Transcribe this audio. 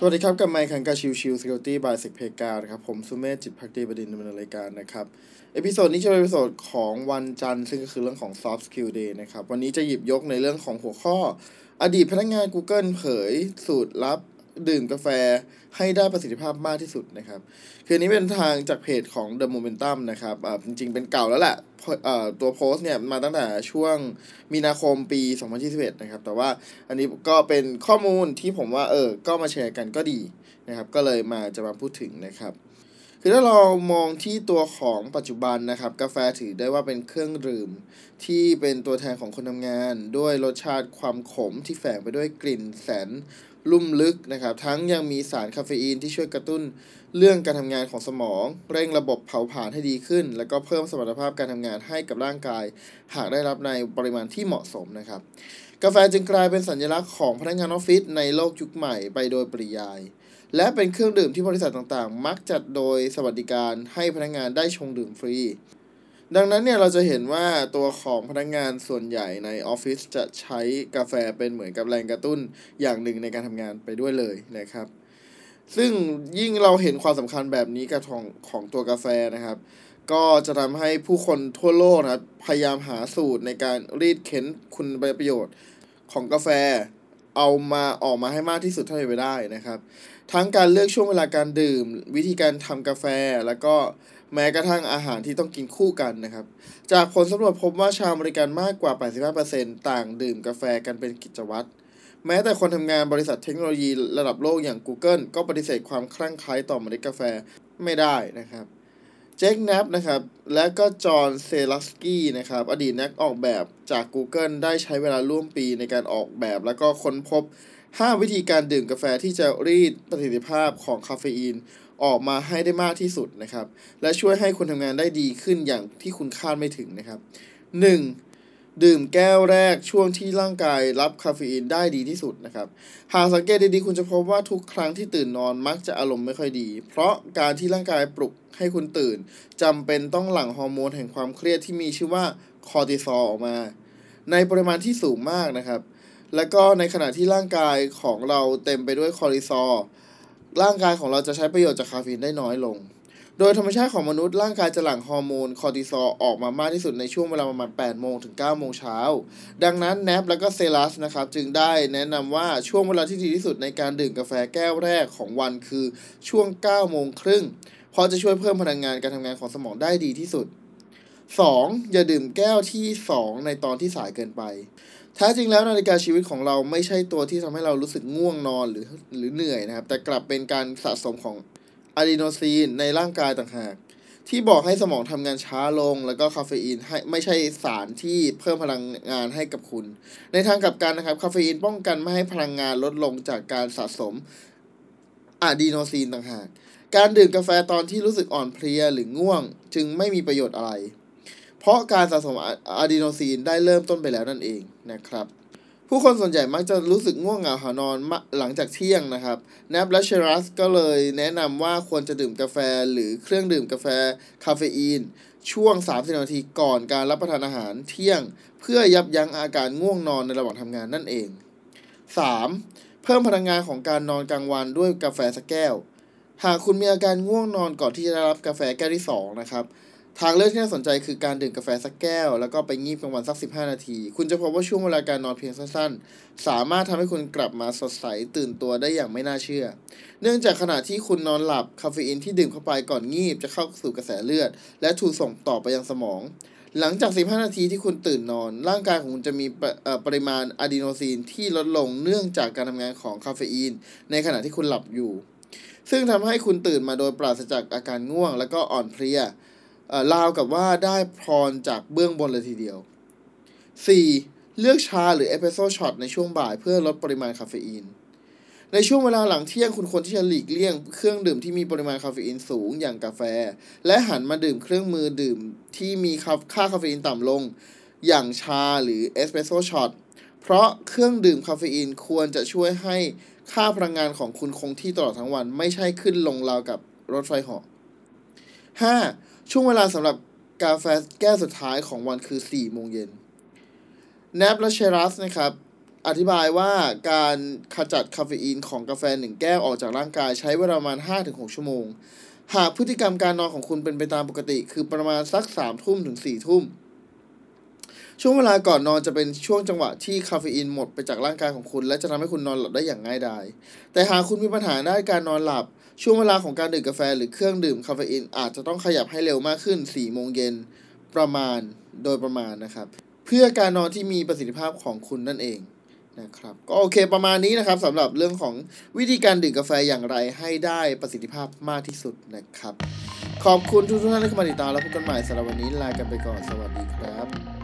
สวัสดีครับกับไมค์คังกาชิว Security by เซกเพกาครับผมสุเมธจิตภักดีบดินทร์ดำเนินรายการนะครับเอพิโซดนี้จะเป็นเอพิโซดของวันจันทร์ซึ่งก็คือเรื่องของ Soft Skill Day นะครับวันนี้จะหยิบยกในเรื่องของหัวข้ออดีตพนักงาน Google เผยสูตรลับดื่มกาแฟให้ได้ประสิทธิภาพมากที่สุดนะครับคือนี้เป็นทางจากเพจของ The Momentum นะครับจริงๆเป็นเก่าแล้วแหละตัวโพสต์เนี่ยมาตั้งแต่ช่วงมีนาคมปี 2021 นะครับแต่ว่าอันนี้ก็เป็นข้อมูลที่ผมว่าก็มาแชร์กันก็ดีนะครับก็เลยจะมาพูดถึงนะครับคือถ้าเรามองที่ตัวของปัจจุบันนะครับกาแฟถือได้ว่าเป็นเครื่องดื่มที่เป็นตัวแทนของคนทำงานด้วยรสชาติความขมที่แฝงไปด้วยกลิ่นแสนลุ่มลึกนะครับทั้งยังมีสารคาเฟอีนที่ช่วยกระตุ้นเรื่องการทำงานของสมองเร่งระบบเผาผลาญให้ดีขึ้นแล้วก็เพิ่มสมรรถภาพการทำงานให้กับร่างกายหากได้รับในปริมาณที่เหมาะสมนะครับกาแฟจึงกลายเป็นสัญลักษณ์ของพนักงานออฟฟิศในโลกยุคใหม่ไปโดยปริยายและเป็นเครื่องดื่มที่บริษัทต่างๆมักจัดโดยสวัสดิการให้พนักงานได้ชงดื่มฟรีดังนั้นเนี่ยเราจะเห็นว่าตัวของพนักงานส่วนใหญ่ในออฟฟิศจะใช้กาแฟเป็นเหมือนกับแรงกระตุ้นอย่างหนึ่งในการทำงานไปด้วยเลยนะครับซึ่งยิ่งเราเห็นความสำคัญแบบนี้กับของตัวกาแฟนะครับก็จะทำให้ผู้คนทั่วโลกนะครับพยายามหาสูตรในการรีดเค้นคุณประโยชน์ของกาแฟเอามาออกมาให้มากที่สุดเท่าที่ไปได้นะครับทั้งการเลือกช่วงเวลาการดื่มวิธีการทำกาแฟแล้วก็แม้กระทั่งอาหารที่ต้องกินคู่กันนะครับจากผลสำรวจพบว่าชาวอเมริกันมากกว่า 85% ต่างดื่มกาแฟกันเป็นกิจวัตรแม้แต่คนทำงานบริษัทเทคโนโลยีระดับโลกอย่าง Google ก็ปฏิเสธความคลั่งไคล้ต่อเมล็ดกาแฟไม่ได้นะครับเจคแนปนะครับและก็จอห์นเซลัสกี้นะครับอดีตนักออกแบบจาก Google ได้ใช้เวลาร่วมปีในการออกแบบแล้วก็ค้นพบ5 วิธีการดื่มกาแฟที่จะรีดประสิทธิภาพของคาเฟอีนออกมาให้ได้มากที่สุดนะครับและช่วยให้คนทำงานได้ดีขึ้นอย่างที่คุณคาดไม่ถึงนะครับ 1. ดื่มแก้วแรกช่วงที่ร่างกายรับคาเฟอีนได้ดีที่สุดนะครับหากสังเกตดีๆคุณจะพบว่าทุกครั้งที่ตื่นนอนมักจะอารมณ์ไม่ค่อยดีเพราะการที่ร่างกายปลุกให้คุณตื่นจำเป็นต้องหลั่งฮอร์โมนแห่งความเครียดที่มีชื่อว่าคอร์ติซอลออกมาในปริมาณที่สูงมากนะครับและก็ในขณะที่ร่างกายของเราเต็มไปด้วยคอร์ติซอลร่างกายของเราจะใช้ประโยชน์จากคาเฟอีนได้น้อยลงโดยธรรมชาติของมนุษย์ร่างกายจะหลั่งฮอร์โมนคอร์ติซอลออกมามากที่สุดในช่วงเวลาประมาณ 8 โมงถึง 9 โมงเช้าดังนั้นแนปและก็เซลัสนะครับจึงได้แนะนำว่าช่วงเวลาที่ดีที่สุดในการดื่มกาแฟแก้วแรกของวันคือช่วง 9 โมงครึ่งเพราะจะช่วยเพิ่มพลังงานการทำงานของสมองได้ดีที่สุด 2. อย่าดื่มแก้วที่ 2 ในตอนที่สายเกินไปแท้จริงแล้วนาฬิกาชีวิตของเราไม่ใช่ตัวที่ทำให้เรารู้สึกง่วงนอนหรือเหนื่อยนะครับแต่กลับเป็นการสะสมของอะดีโนซีนในร่างกายต่างหากที่บอกให้สมองทำงานช้าลงแล้วก็คาเฟอีนให้ไม่ใช่สารที่เพิ่มพลังงานให้กับคุณในทางกลับกันนะครับคาเฟอีนป้องกันไม่ให้พลังงานลดลงจากการสะสมอะดีโนซีนต่างหากการดื่มกาแฟตอนที่รู้สึกอ่อนเพลียหรือง่วงจึงไม่มีประโยชน์อะไรเพราะการสะสมอะดีโนซีนได้เริ่มต้นไปแล้วนั่นเองนะครับผู้คนส่วนใหญ่มักจะรู้สึกง่วงเหงาหานอนหลังจากเที่ยงนะครับแนปและเชรัสก็เลยแนะนำว่าควรจะดื่มกาแฟหรือเครื่องดื่มกาแฟคาเฟอีนช่วง30 นาทีก่อนการรับประทานอาหารเที่ยงเพื่อยับยั้งอาการง่วงนอนในระหว่างทำงานนั่นเอง 3. เพิ่มพลังงานของการนอนกลางวันด้วยกาแฟสักแก้วหากคุณมีอาการง่วงนอนก่อนที่จะได้รับกาแฟแก้วที่2นะครับทางเลือกที่น่าสนใจคือการดื่มกาแฟสักแก้วแล้วก็ไปงีบกลางวันสัก15 นาทีคุณจะพบว่าช่วงเวลาการนอนเพียงสั้นๆสามารถทำให้คุณกลับมาสดใสตื่นตัวได้อย่างไม่น่าเชื่อเนื่องจากขณะที่คุณนอนหลับคาเฟอีนที่ดื่มเข้าไปก่อนงีบจะเข้าสู่กระแสเลือดและถูกส่งต่อไปยังสมองหลังจาก15 นาทีที่คุณตื่นนอนร่างกายของคุณจะมีปริมาณอะดีโนซีนที่ลดลงเนื่องจากการทำงานของคาเฟอีนในขณะที่คุณหลับอยู่ซึ่งทำให้คุณตื่นมาโดยปราศจากอาการง่วงและก็อ่อนเพลียราวกับว่าได้พรจากเบื้องบนเลยทีเดียว 4. เลือกชาหรือเอสเปรสโซ่ช็อตในช่วงบ่ายเพื่อลดปริมาณคาเฟอีนในช่วงเวลาหลังเที่ยงคุณควรที่จะหลีกเลี่ยงเครื่องดื่มที่มีปริมาณคาเฟอีนสูงอย่างกาแฟและหันมาดื่มเครื่องมือดื่มที่มีค่าคาเฟอีนต่ำลงอย่างชาหรือเอสเปรสโซ่ช็อตเพราะเครื่องดื่มคาเฟอีนควรจะช่วยให้ค่าพลังงานของคุณคงที่ตลอดทั้งวันไม่ใช่ขึ้นลงราวกับรถไฟเหาะ 5. ช่วงเวลาสำหรับกาแฟแก้วสุดท้ายของวันคือ4 โมงเย็นแนปและเชรัสนะครับอธิบายว่าการขจัดคาเฟอีนของกาแฟ1แก้วออกจากร่างกายใช้เวลาประมาณ 5-6 ชั่วโมงหากพฤติกรรมการนอนของคุณเป็นไปตามปกติคือประมาณสัก 3 ทุ่มถึง 4 ทุ่มช่วงเวลาก่อนนอนจะเป็นช่วงจังหวะที่คาเฟอีนหมดไปจากร่างกายของคุณและจะทำให้คุณนอนหลับได้อย่างง่ายดายแต่หากคุณมีปัญหาด้านการนอนหลับช่วงเวลาของการดื่มกาแฟหรือเครื่องดื่มคาเฟอีนอาจจะต้องขยับให้เร็วมากขึ้น 4 โมงเย็นประมาณโดยประมาณนะครับเพื่อการนอนที่มีประสิทธิภาพของคุณนั่นเองนะครับก็โอเคประมาณนี้นะครับสำหรับเรื่องของวิธีการดื่มกาแฟอย่างไรให้ได้ประสิทธิภาพมากที่สุดนะครับขอบคุณทุกท่านที่เข้ามาติดตามแล้วพบกันใหม่สำหรับวันนี้ลากันไปก่อนสวัสดีครับ